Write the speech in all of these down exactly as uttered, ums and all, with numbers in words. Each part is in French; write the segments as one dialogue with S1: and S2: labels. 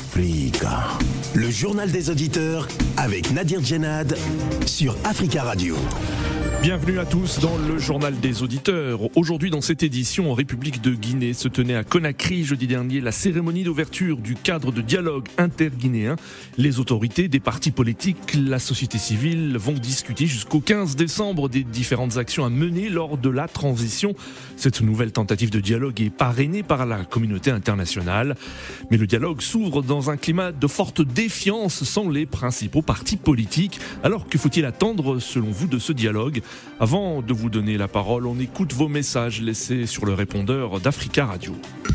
S1: Africa. Le journal des auditeurs avec Nadir Djenad sur Africa Radio.
S2: Bienvenue à tous dans le journal des auditeurs. Aujourd'hui, dans cette édition, en République de Guinée, se tenait à Conakry jeudi dernier la cérémonie d'ouverture du cadre de dialogue interguinéen. Les autorités des partis politiques, la société civile vont discuter jusqu'au quinze décembre des différentes actions à mener lors de la transition. Cette nouvelle tentative de dialogue est parrainée par la communauté internationale. Mais le dialogue s'ouvre dans un climat de forte défiance sans les principaux partis politiques. Alors que faut-il attendre, selon vous, de ce dialogue ? Avant de vous donner la parole, on écoute vos messages laissés sur le répondeur d'Africa Radio.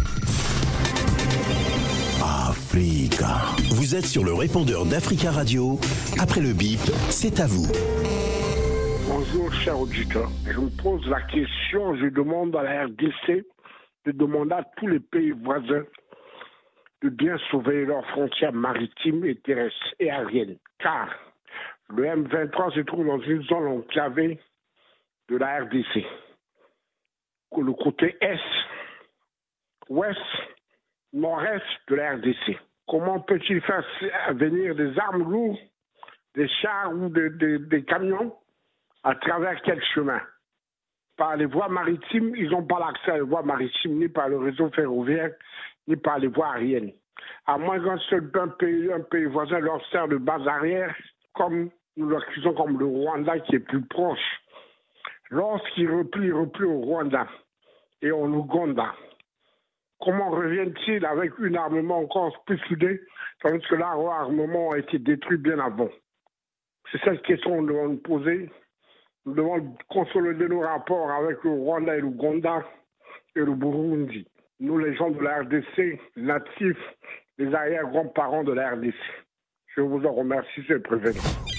S1: Africa. Vous êtes sur le répondeur d'Africa Radio. Après le bip, c'est à vous.
S3: Bonjour, chers auditeurs. Je me pose la question, je demande à la R D C de demander à tous les pays voisins de bien surveiller leurs frontières maritimes et terrestres et aériennes. Car le M vingt-trois se trouve dans une zone enclavée de la R D C. Le côté est, ouest, nord-est de la R D C. Comment peut-il faire venir des armes lourdes, des chars ou des, des, des camions à travers quel chemin? Par les voies maritimes, ils n'ont pas l'accès à les voies maritimes, ni par le réseau ferroviaire, ni par les voies aériennes. À moins qu'un seul un pays, un pays voisin leur sert de base arrière, comme nous l'accusons comme le Rwanda qui est plus proche. Lorsqu'ils replient, ils replient au Rwanda et en Ouganda. Comment reviennent-ils avec un armement encore plus soudé, tandis que leur armement a été détruit bien avant? C'est cette question que nous devons nous poser. Nous devons consolider nos rapports avec le Rwanda et l'Ouganda et le Burundi. Nous, les gens de la R D C, natifs, les arrière-grands-parents de la R D C. Je vous en remercie, c'est prévenu.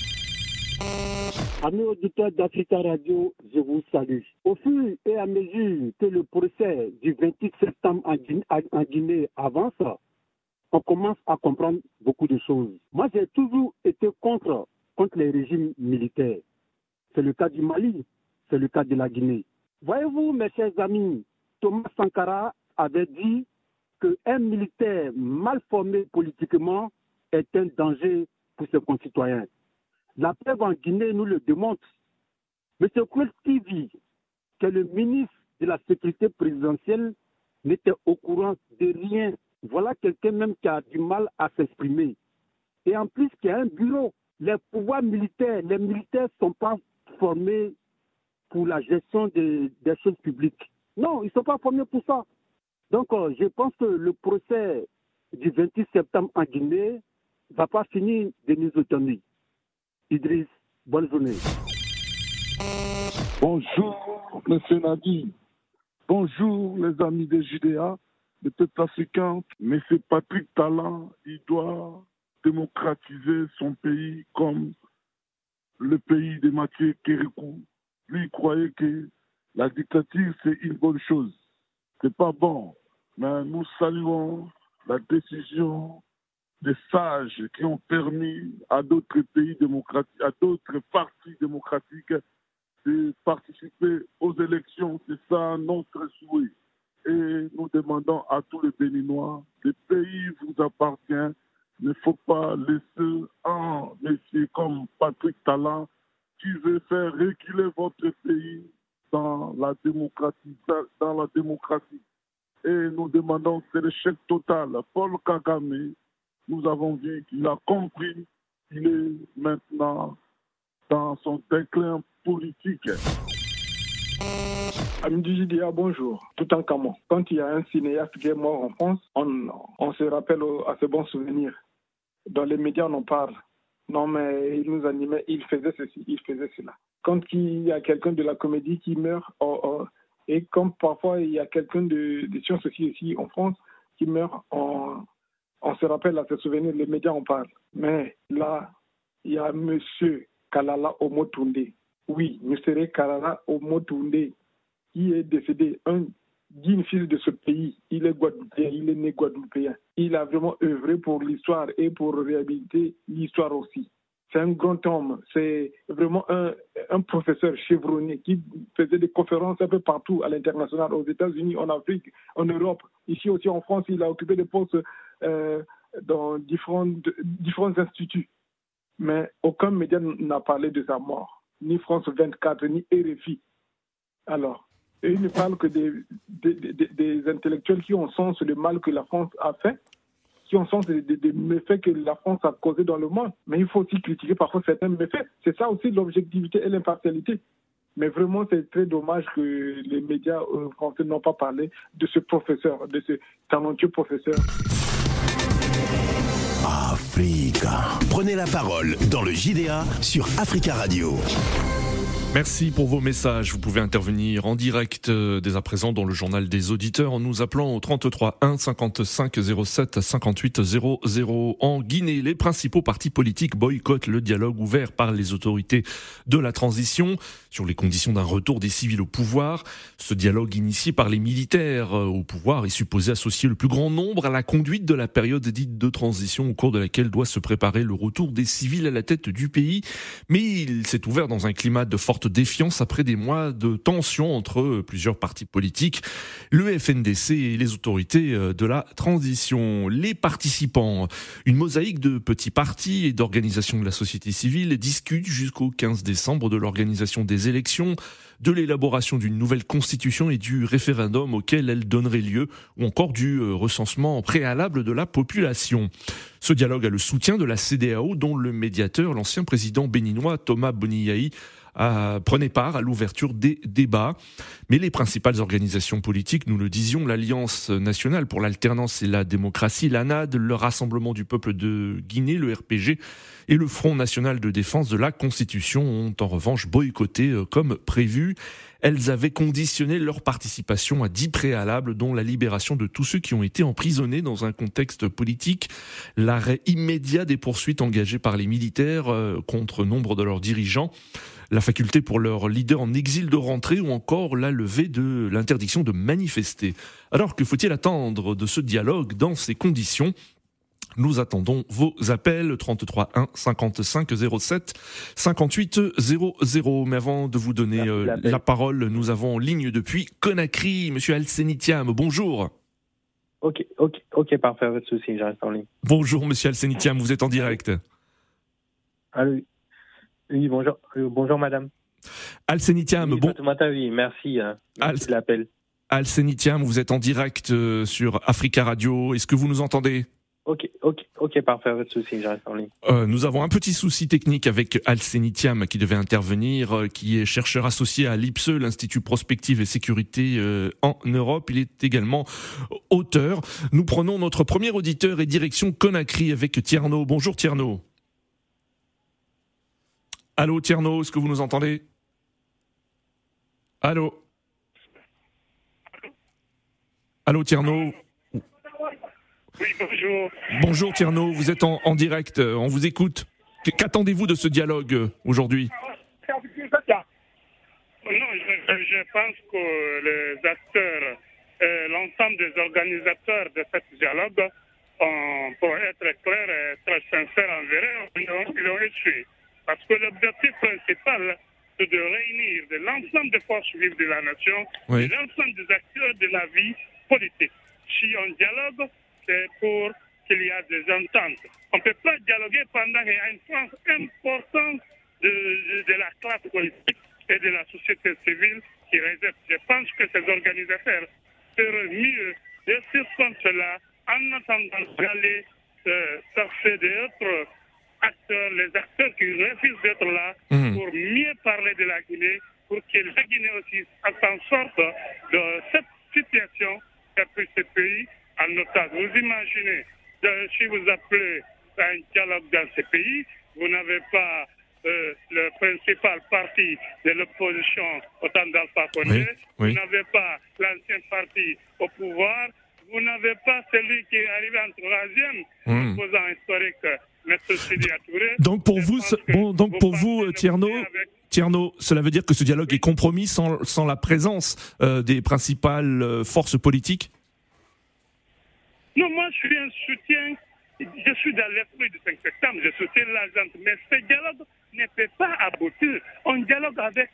S4: Amis auditeurs d'Africa Radio, je vous salue. Au fur et à mesure que le procès du vingt-huit septembre en Guinée avance, on commence à comprendre beaucoup de choses. Moi, j'ai toujours été contre, contre les régimes militaires. C'est le cas du Mali, c'est le cas de la Guinée. Voyez-vous, mes chers amis, Thomas Sankara avait dit qu'un militaire mal formé politiquement est un danger pour ses concitoyens. La preuve en Guinée nous le démontre. M. Kwesi Tivi, que le ministre de la Sécurité présidentielle, n'était au courant de rien. Voilà quelqu'un même qui a du mal à s'exprimer. Et en plus, il y a un bureau. Les pouvoirs militaires, les militaires ne sont pas formés pour la gestion des, des choses publiques. Non, ils ne sont pas formés pour ça. Donc, euh, je pense que le procès du vingt-huit septembre en Guinée ne va pas finir de nous étonner. Idriss, bonne journée.
S5: Bonjour, M. Nadi. Bonjour, les amis des J D A, des peuples africains. M. Patrick Talon, il doit démocratiser son pays comme le pays de Mathieu Kérékou. Lui, il croyait que la dictature, c'est une bonne chose. C'est pas bon. Mais nous saluons la décision des sages qui ont permis à d'autres pays démocratiques, à d'autres partis démocratiques de participer aux élections. C'est ça notre souhait. Et nous demandons à tous les Béninois, le pays vous appartient. Il ne faut pas laisser un monsieur comme Patrick Talon qui veut faire reculer votre pays dans la démocratie. Dans la démocratie. Et nous demandons, c'est l'échec total. Paul Kagame, nous avons vu qu'il a compris qu'il est maintenant dans son déclin politique.
S6: Amis du J D A, bonjour. Tout en camon. Quand il y a un cinéaste qui est mort en France, on, on se rappelle à ce bon souvenir. Dans les médias, on en parle. Non, mais il nous animait, il faisait ceci, il faisait cela. Quand il y a quelqu'un de la comédie qui meurt, oh, oh, et comme parfois il y a quelqu'un de, de sciences aussi ici en France qui meurt, on, on se rappelle à ce souvenir, les médias en parlent. Mais là, il y a M. Kalala Omotunde. Oui, M. Kalala Omotunde, qui est décédé, un digne fils de ce pays. Il est guadeloupéen, il est né guadeloupéen. Il a vraiment œuvré pour l'histoire et pour réhabiliter l'histoire aussi. C'est un grand homme, c'est vraiment un, un professeur chevronné qui faisait des conférences un peu partout à l'international, aux États-Unis, en Afrique, en Europe. Ici aussi en France, il a occupé des postes euh, dans différents, différents instituts. Mais aucun média n'a parlé de sa mort, ni France vingt-quatre, ni R F I. Alors, et ils ne parlent que des, des, des, des intellectuels qui ont sens du mal que la France a fait, qui ont sens des, des, des méfaits que la France a causés dans le monde. Mais il faut aussi critiquer parfois certains méfaits. C'est ça aussi l'objectivité et l'impartialité. Mais vraiment, c'est très dommage que les médias euh, français n'ont pas parlé de ce professeur, de ce talentueux professeur.
S1: Africa. Prenez la parole dans le J D A sur Africa Radio.
S2: Merci pour vos messages. Vous pouvez intervenir en direct euh, dès à présent dans le journal des auditeurs en nous appelant au trente-trois un cinquante-cinq zéro sept cinquante-huit zéro zéro. En Guinée, les principaux partis politiques boycottent le dialogue ouvert par les autorités de la transition sur les conditions d'un retour des civils au pouvoir. Ce dialogue initié par les militaires au pouvoir est supposé associer le plus grand nombre à la conduite de la période dite de transition au cours de laquelle doit se préparer le retour des civils à la tête du pays. Mais il s'est ouvert dans un climat de forte défiance après des mois de tension entre plusieurs partis politiques, le F N D C et les autorités de la transition. Les participants, une mosaïque de petits partis et d'organisations de la société civile, discutent jusqu'au quinze décembre de l'organisation des élections, de l'élaboration d'une nouvelle constitution et du référendum auquel elle donnerait lieu, ou encore du recensement préalable de la population. Ce dialogue a le soutien de la C E D E A O, dont le médiateur, l'ancien président béninois Thomas Boniaï, A, prenait part à l'ouverture des débats. Mais les principales organisations politiques, nous le disions, l'Alliance nationale pour l'alternance et la démocratie, l'A N A D, le Rassemblement du peuple de Guinée, le R P G, et le Front national de défense de la Constitution ont en revanche boycotté comme prévu. Elles avaient conditionné leur participation à dix préalables, dont la libération de tous ceux qui ont été emprisonnés dans un contexte politique, l'arrêt immédiat des poursuites engagées par les militaires contre nombre de leurs dirigeants, la faculté pour leurs leaders en exil de rentrer ou encore la levée de l'interdiction de manifester. Alors que faut-il attendre de ce dialogue dans ces conditions ? Nous attendons vos appels, trente-trois un cinquante-cinq zéro sept cinquante-huit zéro zéro. Mais avant de vous donner euh, la parole, nous avons en ligne depuis Conakry, Monsieur Alsenitiam, bonjour.
S7: Ok, ok, ok, parfait, pas de souci, je reste en ligne.
S2: Bonjour Monsieur Alsenitiam, vous êtes en direct.
S7: Allô. Oui, bonjour, euh, bonjour madame.
S2: Alsenitiam,
S7: oui,
S2: bon.
S7: Oui, merci, euh, merci Al- de l'appel.
S2: Alsenitiam, vous êtes en direct euh, sur Africa Radio, est-ce que vous nous entendez ?
S7: Ok, ok, ok, parfait, pas de souci, je reste en ligne.
S2: Euh, nous avons un petit souci technique avec Alsenitiam qui devait intervenir, euh, qui est chercheur associé à l'I P S E, l'Institut Prospective et Sécurité euh, en Europe. Il est également auteur. Nous prenons notre premier auditeur et direction Conakry avec Tierno. Bonjour Tierno. Allô Tierno, est-ce que vous nous entendez ? Allô ? Allô Tierno ?
S8: Oui, bonjour.
S2: Bonjour Tierno, vous êtes en, en direct, on vous écoute. Qu'attendez-vous de ce dialogue aujourd'hui ?
S8: Non, je, je pense que les acteurs, euh, l'ensemble des organisateurs de ce dialogue, ont, pour être clairs et très sincères envers eux, ils ont, ils ont échoué. Parce que l'objectif principal, c'est de réunir de l'ensemble des forces vives de la nation, oui. de l'ensemble des acteurs de la vie politique. Si on dialogue, c'est pour qu'il y ait des ententes. On ne peut pas dialoguer pendant qu'il y a une France importante de, de, de la classe politique et de la société civile qui résiste. Je pense que ces organisateurs feraient mieux de ce compte-là en attendant d'aller euh, chercher d'autres acteurs, les acteurs qui refusent d'être là, mmh. pour mieux parler de la Guinée, pour que la Guinée aussi s'en sorte de cette situation qu'a pris ce pays en otage. Vous imaginez, euh, si vous appelez à un dialogue dans ce pays, vous n'avez pas euh, le principal parti de l'opposition au temps d'Alpha Condé, oui, oui. vous n'avez pas l'ancien parti au pouvoir, vous n'avez pas celui qui est arrivé en troisième, mmh. opposant historique, M. Sidi Touré.
S2: Donc pour vous, bon, donc vous pour vous, Tierno, avec... Tierno, cela veut dire que ce dialogue oui. est compromis sans, sans la présence euh, des principales euh, forces politiques ?
S8: Non, moi je suis un soutien, je suis dans l'esprit du cinq septembre, je soutiens la gente, mais ce dialogue ne peut pas aboutir. On dialogue avec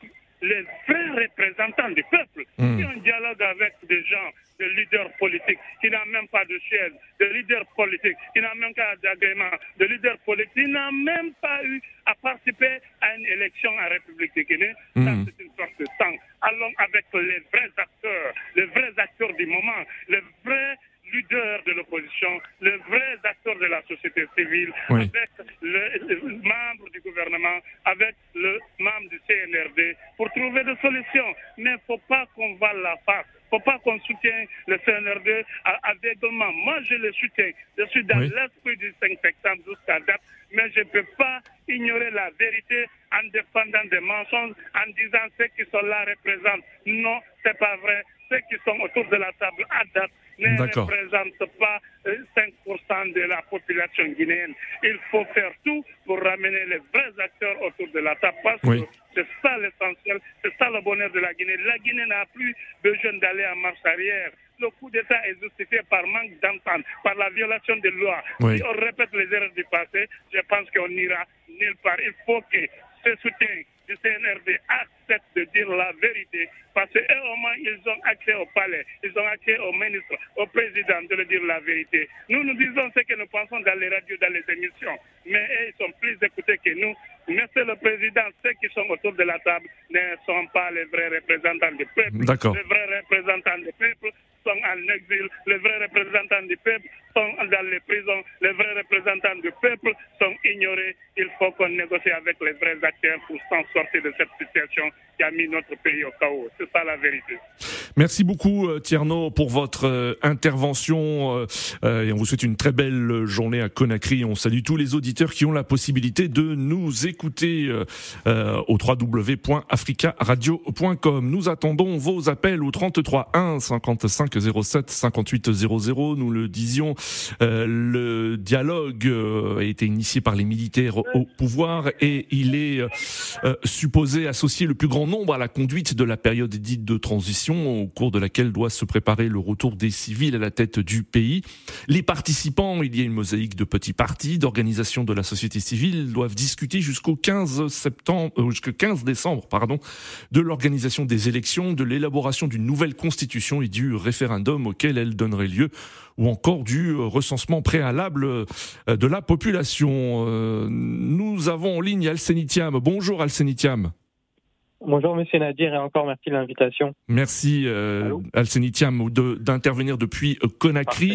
S8: les vrais représentants du peuple. Mmh. Si on dialogue avec des gens, des leaders politiques qui n'ont même pas de chaise, des leaders politiques qui n'ont même pas d'agrément, des leaders politiques qui n'ont même pas eu à participer à une élection en République de Guinée, mmh. ça c'est une sorte de sang. Allons avec les vrais acteurs, les vrais acteurs du moment, les vrais leaders de l'opposition, les vrais acteurs de la société civile, oui. avec le, le membre du gouvernement, avec le membre du C N R D, pour trouver des solutions. Mais il ne faut pas qu'on voile la face. Il ne faut pas qu'on soutienne le C N R D aveuglément. Moi, je le soutiens. Je suis dans oui. l'esprit du cinq septembre jusqu'à date, mais je ne peux pas ignorer la vérité en défendant des mensonges, en disant ceux qui sont là représentent. Non, ce n'est pas vrai. Ceux qui sont autour de la table à date ne D'accord. représentent pas cinq pour cent de la population guinéenne. Il faut faire tout pour ramener les vrais acteurs autour de la table parce oui. que c'est ça l'essentiel, c'est ça le bonheur de la Guinée. La Guinée n'a plus besoin d'aller en marche arrière. Le coup d'État est justifié par manque d'entente, par la violation des lois. Oui. Si on répète les erreurs du passé, je pense qu'on n'ira nulle part. Il faut que ce soutien du C N R D accepte de dire la vérité parce qu'eux au moins ils ont accès au palais, ils ont accès au ministre, au président de le dire la vérité. Nous nous disons ce que nous pensons dans les radios, dans les émissions, mais eux ils sont plus écoutés que nous. Monsieur le Président, ceux qui sont autour de la table ne sont pas les vrais représentants du peuple.
S2: D'accord.
S8: Les vrais représentants du peuple sont en exil, les vrais représentants du peuple sont dans les prisons, les vrais représentants du peuple sont ignorés. Il faut qu'on négocie avec les vrais acteurs pour s'en sortir de cette situation qui a mis notre pays au chaos. C'est ça la vérité.
S2: Merci beaucoup Tierno pour votre euh, intervention euh, et on vous souhaite une très belle journée à Conakry. On salue tous les auditeurs qui ont la possibilité de nous écouter euh, euh, au w w w point africa radio point com. Nous attendons vos appels au trente-trois un cinquante-cinq zéro sept cinquante-huit zéro zéro. Nous le disions, euh, le dialogue euh, a été initié par les militaires au pouvoir et il est euh, supposé associer le plus grand nombre à la conduite de la période dite de transition au cours de laquelle doit se préparer le retour des civils à la tête du pays. Les participants, il y a une mosaïque de petits partis, d'organisations de la société civile, doivent discuter jusqu'au quinze septembre, euh, jusqu'au quinze décembre, pardon, de l'organisation des élections, de l'élaboration d'une nouvelle constitution et du référendum auquel elle donnerait lieu, ou encore du recensement préalable de la population. Euh, nous avons en ligne Alsenitiam. Bonjour Alsenitiam.
S7: Bonjour Monsieur Nadir et encore merci de l'invitation.
S2: Merci euh, Alsenitiam de, d'intervenir depuis Conakry.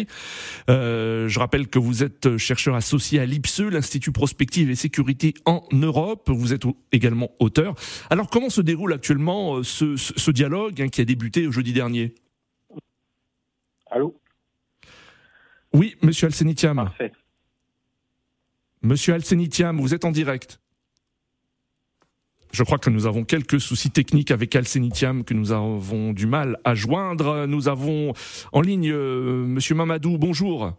S2: Euh, je rappelle que vous êtes chercheur associé à l'I P S E, l'Institut Prospective et Sécurité en Europe. Vous êtes également auteur. Alors comment se déroule actuellement ce, ce, ce dialogue hein, qui a débuté jeudi dernier ?
S7: Allô ?
S2: Oui, Monsieur Alsenitiam.
S7: Parfait.
S2: Monsieur Alsenitiam, vous êtes en direct. Je crois que nous avons quelques soucis techniques avec Alsenitiam que nous avons du mal à joindre. Nous avons en ligne euh, Monsieur Mamadou, bonjour.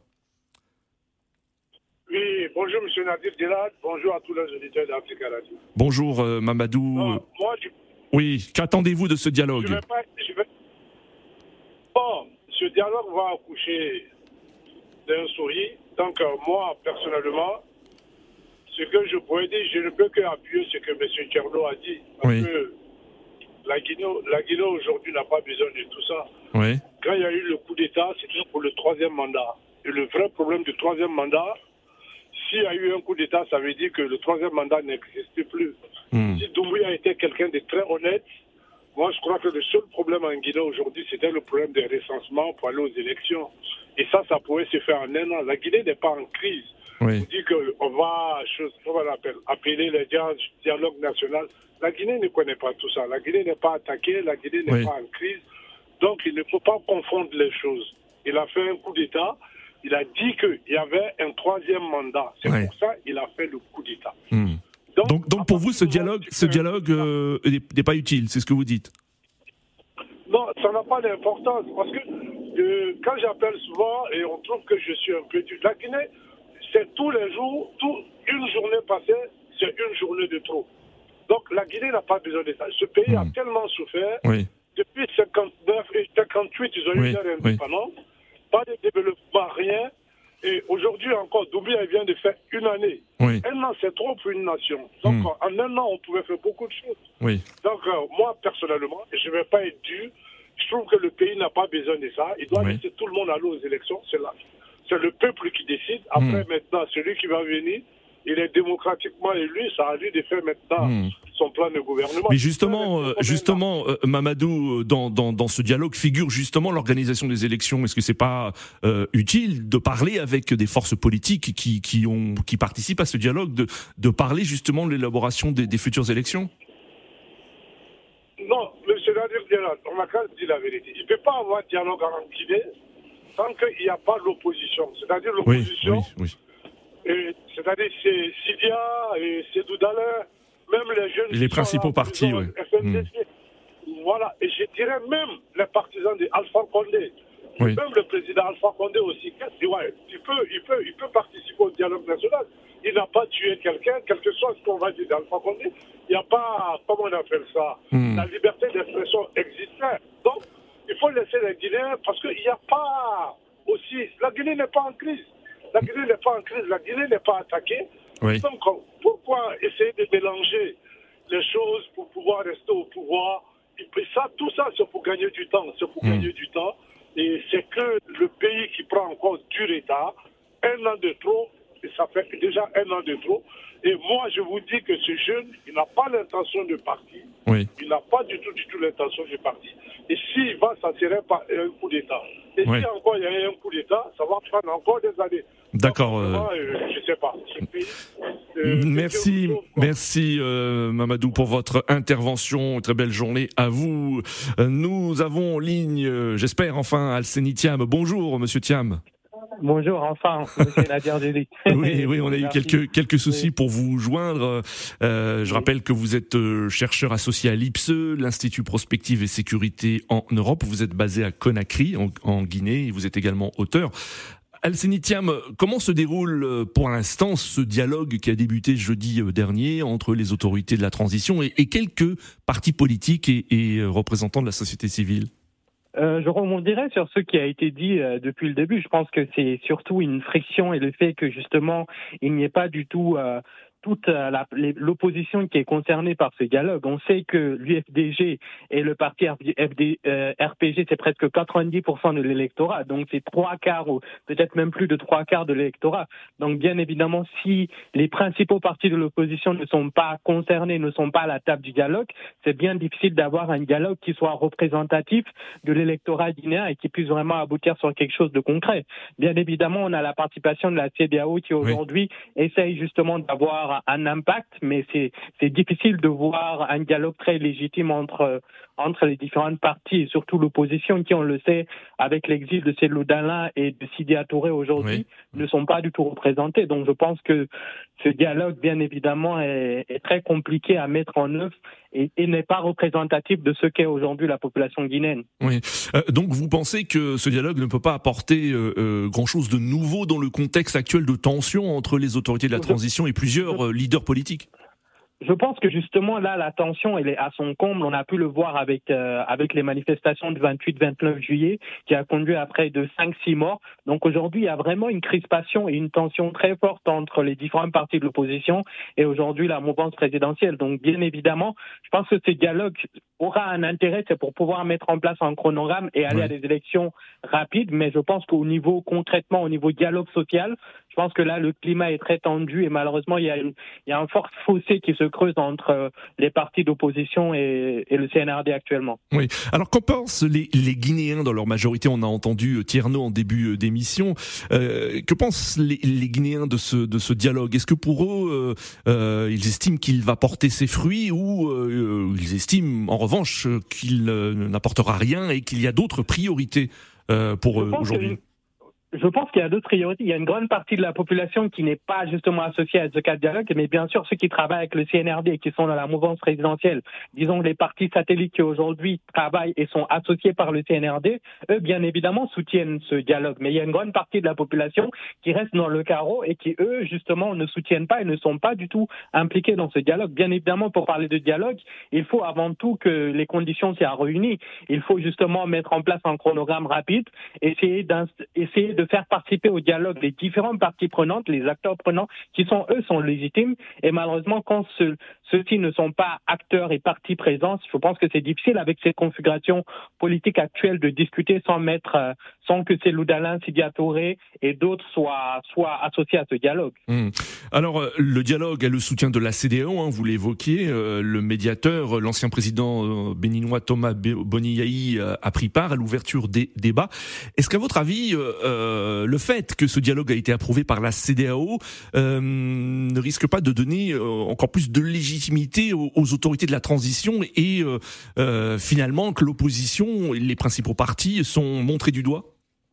S3: Oui, bonjour Monsieur Nadir Djelad, bonjour à tous les auditeurs d'Africa Radio.
S2: Bonjour euh, Mamadou.
S3: Non, moi, je...
S2: Oui, qu'attendez-vous de ce dialogue ?
S3: je vais pas, je vais... Bon, ce dialogue va accoucher d'un sourire, donc euh, moi, personnellement, ce que je pourrais dire, je ne peux qu'appuyer ce que M. Tierno a dit. Parce oui. que la Guinée, la Guinée aujourd'hui n'a pas besoin de tout ça.
S2: Oui.
S3: Quand il y a eu le coup d'État, c'était pour le troisième mandat. Et le vrai problème du troisième mandat, s'il y a eu un coup d'État, ça veut dire que le troisième mandat n'existe plus. Mm. Si Doumbouya était quelqu'un de très honnête, moi je crois que le seul problème en Guinée aujourd'hui, c'était le problème des recensements pour aller aux élections. Et ça, ça pourrait se faire en un an. La Guinée n'est pas en crise.
S2: Oui.
S3: On dit qu'on va, comment on appelle, appeler le dialogue national. La Guinée ne connaît pas tout ça. La Guinée n'est pas attaquée, la Guinée n'est oui. pas en crise. Donc il ne faut pas confondre les choses. Il a fait un coup d'État. Il a dit qu'il y avait un troisième mandat. C'est oui. pour ça qu'il a fait le coup d'État.
S2: Hmm. Donc, donc, donc pour vous, ce dialogue, ce dialogue euh, n'est pas utile, c'est ce que vous dites ?
S3: Non, ça n'a pas d'importance. Parce que euh, quand j'appelle souvent, et on trouve que je suis un peu dur, la Guinée, c'est tous les jours, tout, une journée passée, c'est une journée de trop. Donc la Guinée n'a pas besoin de ça. Ce pays mmh. a tellement souffert. Oui. Depuis cinquante-neuf et cinquante-huit, ils ont eu oui. leur indépendance. Oui. Pas de développement, rien.
S9: Et aujourd'hui encore, Doumbouya vient de faire une année.
S2: Oui.
S9: Un an, c'est trop pour une nation. Donc, mmh. en un an, on pouvait faire beaucoup de choses.
S2: Oui.
S9: Donc, euh, moi, personnellement, je ne vais pas être dur. Je trouve que le pays n'a pas besoin de ça. Il doit oui. laisser tout le monde aller aux élections. C'est, là. c'est le peuple qui décide. Après, mmh. maintenant, celui qui va venir, il est démocratiquement élu. Ça a lui de faire maintenant mmh. son plan de gouvernement.
S2: Mais justement, euh, justement euh, Mamadou, dans, dans, dans ce dialogue figure justement l'organisation des élections. Est-ce que c'est pas euh, utile de parler avec des forces politiques qui, qui, ont, qui participent à ce dialogue, de, de parler justement de l'élaboration des, des futures élections?
S9: Non, mais c'est-à-dire, on a quand même dit la vérité. Il ne peut pas avoir dialogue en Guinée tant qu'il n'y a pas l'opposition. C'est-à-dire l'opposition...
S2: Oui, oui, oui.
S9: Et, c'est-à-dire c'est Sidia et Sédou Dallaire, même les jeunes...
S2: Les principaux partis, oui.
S9: Mmh. Voilà, et je dirais même les partisans d'Alpha Condé,
S2: oui.
S9: même le président Alpha Condé aussi, ouais, il, peut, il, peut, il peut participer au dialogue national. Il n'a pas tué quelqu'un, quel que soit ce qu'on va dire d'Alpha Condé. Il n'y a pas, comment on appelle ça, mmh. la liberté d'expression existait. Donc, il faut laisser les Guinéens, parce qu'il n'y a pas aussi... La Guinée n'est pas en crise. La Guinée n'est pas en crise, la Guinée n'est pas attaquée.
S2: Oui.
S9: Donc, pourquoi essayer de mélanger les choses pour pouvoir rester au pouvoir? Et puis ça, tout ça, c'est pour gagner du temps. C'est pour mmh. gagner du temps. Et c'est que le pays qui prend encore du retard, un an de trop, et ça fait déjà un an de trop. Et moi, je vous dis que ce jeune, il n'a pas l'intention de partir.
S2: Oui.
S9: Il n'a pas du tout, du tout l'intention de partir. Et s'il va, ça serait pas un coup d'État. Et oui. si encore il y a un coup d'État, ça va prendre encore des années.
S2: D'accord.
S9: Donc, vraiment, euh, je ne sais pas. Ce pays,
S2: euh, merci, chose, merci euh, Mamadou pour votre intervention. Très belle journée à vous. Euh, nous avons en ligne, euh, j'espère enfin, Alseni Thiam. Bonjour, Monsieur Thiam.
S7: Bonjour, enfin, monsieur Nadir Djeli.
S2: Oui, oui, on a eu quelques quelques soucis oui. pour vous joindre. Euh, je oui. rappelle que vous êtes chercheur associé à l'I P S E, l'Institut Prospective et Sécurité en Europe. Vous êtes basé à Conakry, en, en Guinée, et vous êtes également auteur. Alseni Thiam, comment se déroule pour l'instant ce dialogue qui a débuté jeudi dernier entre les autorités de la transition et, et quelques partis politiques et, et représentants de la société civile?
S7: Euh, je rebondirais sur ce qui a été dit euh, depuis le début. Je pense que c'est surtout une friction et le fait que justement il n'y ait pas du tout euh, toute la, l'opposition qui est concernée par ce dialogue. On sait que l'U F D G et le parti F D, euh, R P G, c'est presque quatre-vingt-dix pour cent de l'électorat. Donc, c'est trois quarts ou peut-être même plus de trois quarts de l'électorat. Donc, bien évidemment, si les principaux partis de l'opposition ne sont pas concernés, ne sont pas à la table du dialogue, c'est bien difficile d'avoir un dialogue qui soit représentatif de l'électorat guinéen et qui puisse vraiment aboutir sur quelque chose de concret. Bien évidemment, on a la participation de la C E D E A O qui aujourd'hui oui. essaye justement d'avoir un impact, mais c'est, c'est difficile de voir un dialogue très légitime entre, entre les différentes parties et surtout l'opposition qui, on le sait, avec l'exil de Cellou Dalein et de Sidya Touré aujourd'hui, oui. ne sont pas du tout représentés. Donc je pense que ce dialogue, bien évidemment, est, est très compliqué à mettre en œuvre et, et n'est pas représentatif de ce qu'est aujourd'hui la population guinéenne.
S2: Oui. Euh, donc vous pensez que ce dialogue ne peut pas apporter euh, euh, grand-chose de nouveau dans le contexte actuel de tension entre les autorités de la transition et plusieurs euh, leaders politiques?
S7: Je pense que justement là, la tension elle est à son comble. On a pu le voir avec euh, avec les manifestations du vingt-huit vingt-neuf juillet, qui a conduit à près de cinq six morts. Donc aujourd'hui, il y a vraiment une crispation et une tension très forte entre les différents partis de l'opposition et aujourd'hui la mouvance présidentielle. Donc bien évidemment, je pense que ce dialogue aura un intérêt, c'est pour pouvoir mettre en place un chronogramme et aller oui. à des élections rapides. Mais je pense qu'au niveau concrètement, au niveau dialogue social, je pense que là le climat est très tendu et malheureusement il y a une, il y a un fort fossé qui se creuse entre les partis d'opposition et, et le C N R D actuellement.
S2: Oui. Alors qu'en pensent les, les Guinéens dans leur majorité? On a entendu Tierno en début d'émission. Euh, que pensent les, les Guinéens de ce, de ce dialogue? Est-ce que pour eux, euh, euh, ils estiment qu'il va porter ses fruits ou euh, ils estiment en revanche qu'il euh, n'apportera rien et qu'il y a d'autres priorités euh, pour eux aujourd'hui?
S7: Que... Je pense qu'il y a d'autres priorités. Il y a une grande partie de la population qui n'est pas justement associée à ce cas de dialogue, mais bien sûr ceux qui travaillent avec le C N R D et qui sont dans la mouvance présidentielle, disons les partis satellites qui aujourd'hui travaillent et sont associés par le C N R D, eux bien évidemment soutiennent ce dialogue. Mais il y a une grande partie de la population qui reste dans le carreau et qui eux justement ne soutiennent pas et ne sont pas du tout impliqués dans ce dialogue. Bien évidemment, pour parler de dialogue, il faut avant tout que les conditions soient réunies. Il faut justement mettre en place un chronogramme rapide, essayer, essayer de faire participer au dialogue les différentes parties prenantes, les acteurs prenants, qui sont, eux, sont légitimes. Et malheureusement, quand ce, ceux-ci ne sont pas acteurs et parties présentes, je pense que c'est difficile avec cette configuration politique actuelle de discuter sans mettre, euh, sans que Cellou Dalein, Sidya Touré et d'autres soient, soient associés à ce dialogue.
S2: Mmh. Alors, euh, le dialogue a le soutien de la C D A O, hein, vous l'évoquiez, euh, le médiateur, l'ancien président euh, béninois Thomas Boniaï euh, a pris part à l'ouverture des débats. Est-ce qu'à votre avis, euh, euh, le fait que ce dialogue a été approuvé par la C D A O euh, ne risque pas de donner euh, encore plus de légitimité aux, aux autorités de la transition et euh, euh, finalement que l'opposition et les principaux partis sont montrés du doigt?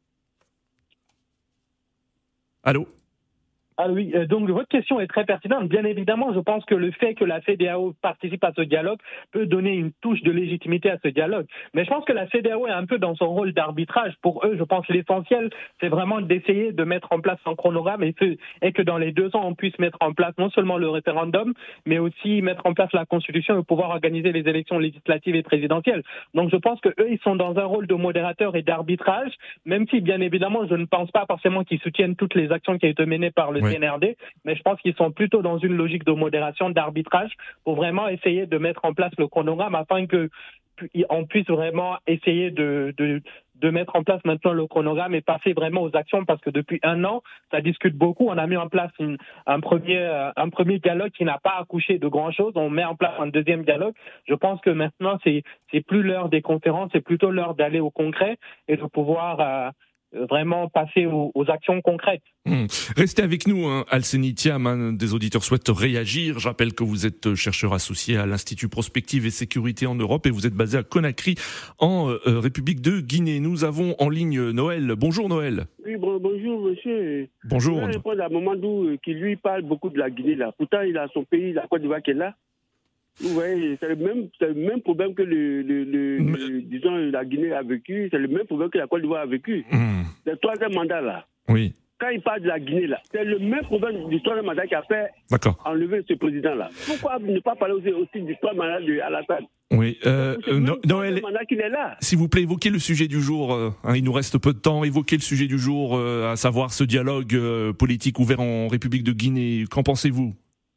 S2: Allô?
S7: Ah oui, donc votre question est très pertinente. Bien évidemment, je pense que le fait que la C D A O participe à ce dialogue peut donner une touche de légitimité à ce dialogue. Mais je pense que la C D A O est un peu dans son rôle d'arbitrage. Pour eux, je pense que l'essentiel, c'est vraiment d'essayer de mettre en place un chronogramme et, ce, et que dans les deux ans, on puisse mettre en place non seulement le référendum, mais aussi mettre en place la Constitution et pouvoir organiser les élections législatives et présidentielles. Donc je pense qu'eux, ils sont dans un rôle de modérateur et d'arbitrage, même si, bien évidemment, je ne pense pas forcément qu'ils soutiennent toutes les actions qui ont été menées par le
S2: Oui.
S7: C N R D, mais je pense qu'ils sont plutôt dans une logique de modération, d'arbitrage, pour vraiment essayer de mettre en place le chronogramme afin que on puisse vraiment essayer de, de, de mettre en place maintenant le chronogramme et passer vraiment aux actions, parce que depuis un an, ça discute beaucoup. On a mis en place une, un, premier, un premier dialogue qui n'a pas accouché de grand-chose. On met en place un deuxième dialogue. Je pense que maintenant, c'est, c'est plus l'heure des conférences, c'est plutôt l'heure d'aller au concret et de pouvoir euh, vraiment passer aux, aux actions concrètes.
S2: Mmh. Restez avec nous, hein. Alseny Thiam, un des auditeurs souhaite réagir. Je rappelle que vous êtes chercheur associé à l'Institut Prospective et Sécurité en Europe et vous êtes basé à Conakry, en euh, République de Guinée. Nous avons en ligne Noël. Bonjour Noël.
S10: Oui, bon, bonjour monsieur.
S2: Bonjour.
S10: Je vais répondre à Mamadou qui lui parle beaucoup de la Guinée là. Pourtant, il a son pays, la Côte d'Ivoire qui est là. Vous voyez, c'est le même, c'est le même problème que le, le, le, Mais... le disons, la Guinée a vécu. C'est le même problème que la Côte d'Ivoire a vécu. Mmh. Le troisième mandat là.
S2: Oui.
S10: Quand il parle de la Guinée là, c'est le même problème du troisième mandat qui a fait
S2: D'accord.
S10: enlever ce président là. Pourquoi ne pas parler aussi, aussi du troisième mandat de Alassane?
S2: Oui, euh, euh, no, Noël,
S10: qu'il est là.
S2: S'il vous plaît, évoquez le sujet du jour. Euh, hein, il nous reste peu de temps. Évoquez le sujet du jour, euh, à savoir ce dialogue euh, politique ouvert en République de Guinée. Qu'en pensez-vous?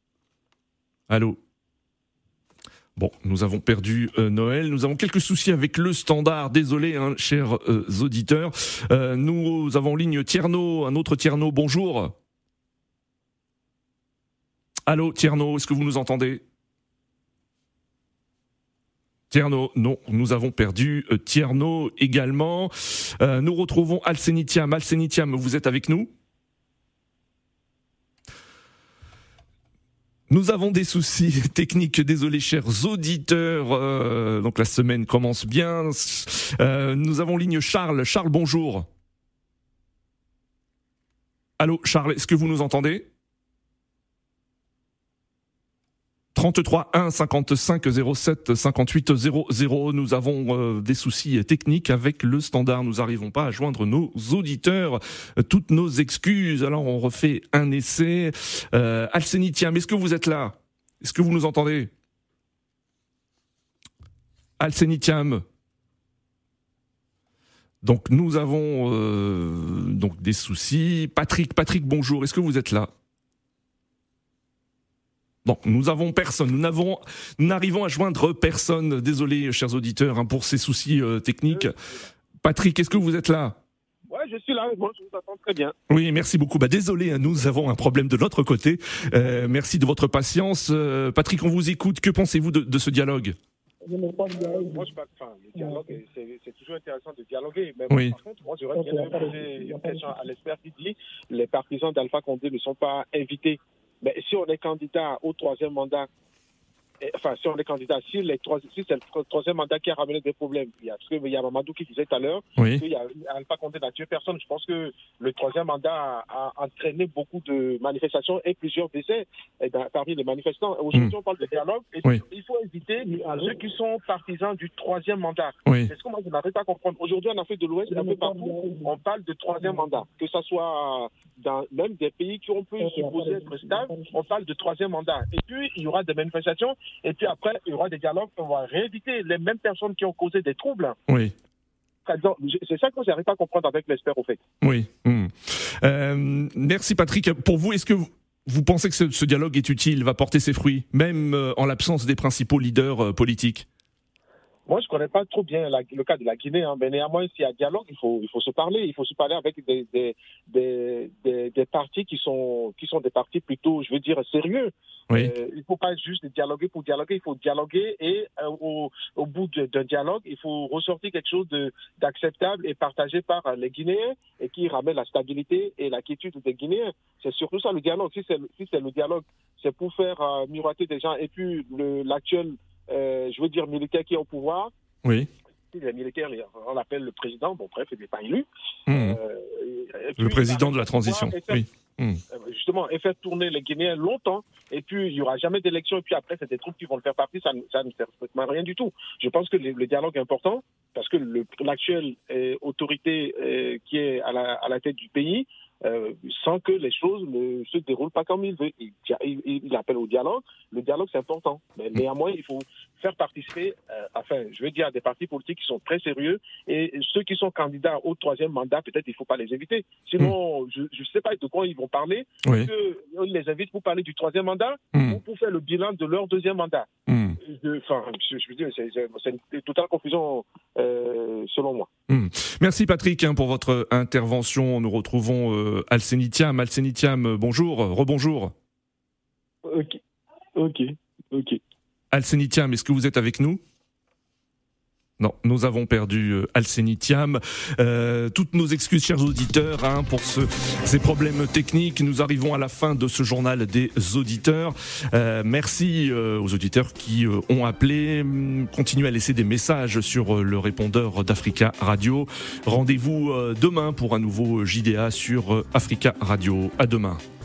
S2: Allô? Bon, nous avons perdu euh, Noël. Nous avons quelques soucis avec le standard. Désolé, hein, chers euh, auditeurs. Euh, nous avons en ligne Tierno, un autre Tierno. Bonjour. Allô, Tierno, est-ce que vous nous entendez? Tierno, non, nous avons perdu euh, Tierno également. Euh, nous retrouvons Alseny Thiam. Alseny Thiam, vous êtes avec nous? Nous avons des soucis techniques, désolé chers auditeurs, euh, donc la semaine commence bien. Euh, nous avons en ligne Charles. Charles, bonjour. Allô Charles, est-ce que vous nous entendez? trente-trois un cinquante-cinq zéro sept cinquante-huit zéro zéro. Nous avons euh, des soucis techniques avec le standard. Nous n'arrivons pas à joindre nos auditeurs. Euh, toutes nos excuses. Alors on refait un essai. Euh, Alseny Thiam, est-ce que vous êtes là? Est-ce que vous nous entendez? Alseny Thiam. Donc nous avons euh, donc des soucis. Patrick, Patrick, bonjour. Est-ce que vous êtes là? Non, nous avons personne. Nous n'avons, nous n'arrivons à joindre personne. Désolé, chers auditeurs, hein, pour ces soucis euh, techniques. Patrick, est-ce que vous êtes là?
S11: Ouais, je suis là. Bon, je vous attends très bien.
S2: Oui, merci beaucoup. Bah, désolé, hein, nous avons un problème de notre côté. Euh, merci de votre patience. Euh, Patrick, on vous écoute. Que pensez-vous de, de ce dialogue?
S11: Moi, je pas, enfin, le dialogue, c'est, c'est toujours intéressant de dialoguer. Mais
S2: oui.
S11: Par contre, moi, j'aurais bien aimé poser une question à l'expert qui dit les partisans d'Alpha Condé ne sont pas invités. Mais si on est candidat au troisième mandat, enfin, si on est candidat, si, les trois, si c'est le troisième mandat qui a ramené des problèmes, il y a, parce qu'il y a Mamadou qui disait tout à l'heure,
S2: oui.
S11: qu'il y a Alpha Condé n'a tué personne. Je pense que le troisième mandat a, a entraîné beaucoup de manifestations et plusieurs décès et ben, parmi les manifestants. Aujourd'hui, mmh. on parle de dialogue et
S2: oui.
S11: il faut éviter ceux qui sont partisans du troisième mandat.
S2: Oui.
S11: C'est ce que moi, je n'arrive pas à comprendre. Aujourd'hui, en Afrique de l'Ouest, un peu partout, on parle de troisième mandat. Que ce soit dans même des pays qui ont pu supposer être stables, on parle de troisième mandat. Et puis, il y aura des manifestations et puis après, il y aura des dialogues, on va rééviter les mêmes personnes qui ont causé des troubles.
S2: Oui.
S11: C'est ça que j'arrive pas à comprendre avec l'Esper, au fait.
S2: Oui. Mmh. Euh, merci Patrick. Pour vous, est-ce que vous, vous pensez que ce, ce dialogue est utile, va porter ses fruits, même euh, en l'absence des principaux leaders euh, politiques?
S11: Moi, je ne connais pas trop bien la, le cas de la Guinée, hein, mais néanmoins, s'il y a dialogue, il faut, il faut se parler. Il faut se parler avec des, des, des, des, des partis qui sont, qui sont des partis plutôt, je veux dire, sérieux.
S2: Oui.
S11: Euh, il ne faut pas juste dialoguer pour dialoguer, il faut dialoguer et euh, au, au bout de, d'un dialogue, il faut ressortir quelque chose de, d'acceptable et partagé par les Guinéens et qui ramène la stabilité et la quiétude des Guinéens. C'est surtout ça le dialogue. Si c'est, si c'est le dialogue, c'est pour faire euh, miroiter des gens et puis le, l'actuel Euh, je veux dire, militaire qui est au pouvoir.
S2: Oui.
S11: Les militaires, on l'appelle le président, bon bref, il n'est pas élu.
S2: Mmh.
S11: Euh, puis,
S2: le président de la transition,
S11: faire,
S2: oui. Mmh.
S11: Justement, et faire tourner les Guinéens longtemps, et puis il n'y aura jamais d'élection, et puis après, c'est des troupes qui vont le faire partie, ça, ça ne sert strictement à rien du tout. Je pense que le, le dialogue est important, parce que le, l'actuelle euh, autorité euh, qui est à la, à la tête du pays, Euh, sans que les choses ne se déroulent pas comme il veut. Il, il, il appelle au dialogue. Le dialogue, c'est important. Mais néanmoins, il faut faire participer, euh, enfin, je veux dire, à des partis politiques qui sont très sérieux. Et ceux qui sont candidats au troisième mandat, peut-être il ne faut pas les inviter. Sinon, mmh. je ne sais pas de quoi ils vont parler.
S2: Oui.
S11: Que, on les invite pour parler du troisième mandat mmh. ou pour faire le bilan de leur deuxième mandat.
S2: Mmh.
S11: Enfin, je, je veux dire, c'est, c'est, c'est une totale confusion euh, selon moi.
S2: Mmh. Merci Patrick hein, pour votre intervention. Nous retrouvons euh, Alseny Thiam. Alseny Thiam, bonjour, rebonjour.
S6: Ok, ok, ok.
S2: Alseny Thiam, est-ce que vous êtes avec nous ? Non, nous avons perdu euh, Alseny Thiam. Euh, toutes nos excuses, chers auditeurs, hein, pour ce, ces problèmes techniques. Nous arrivons à la fin de ce journal des auditeurs. Euh, merci euh, aux auditeurs qui euh, ont appelé. Continuez à laisser des messages sur euh, le répondeur d'Africa Radio. Rendez-vous euh, demain pour un nouveau J D A sur euh, Africa Radio. À demain.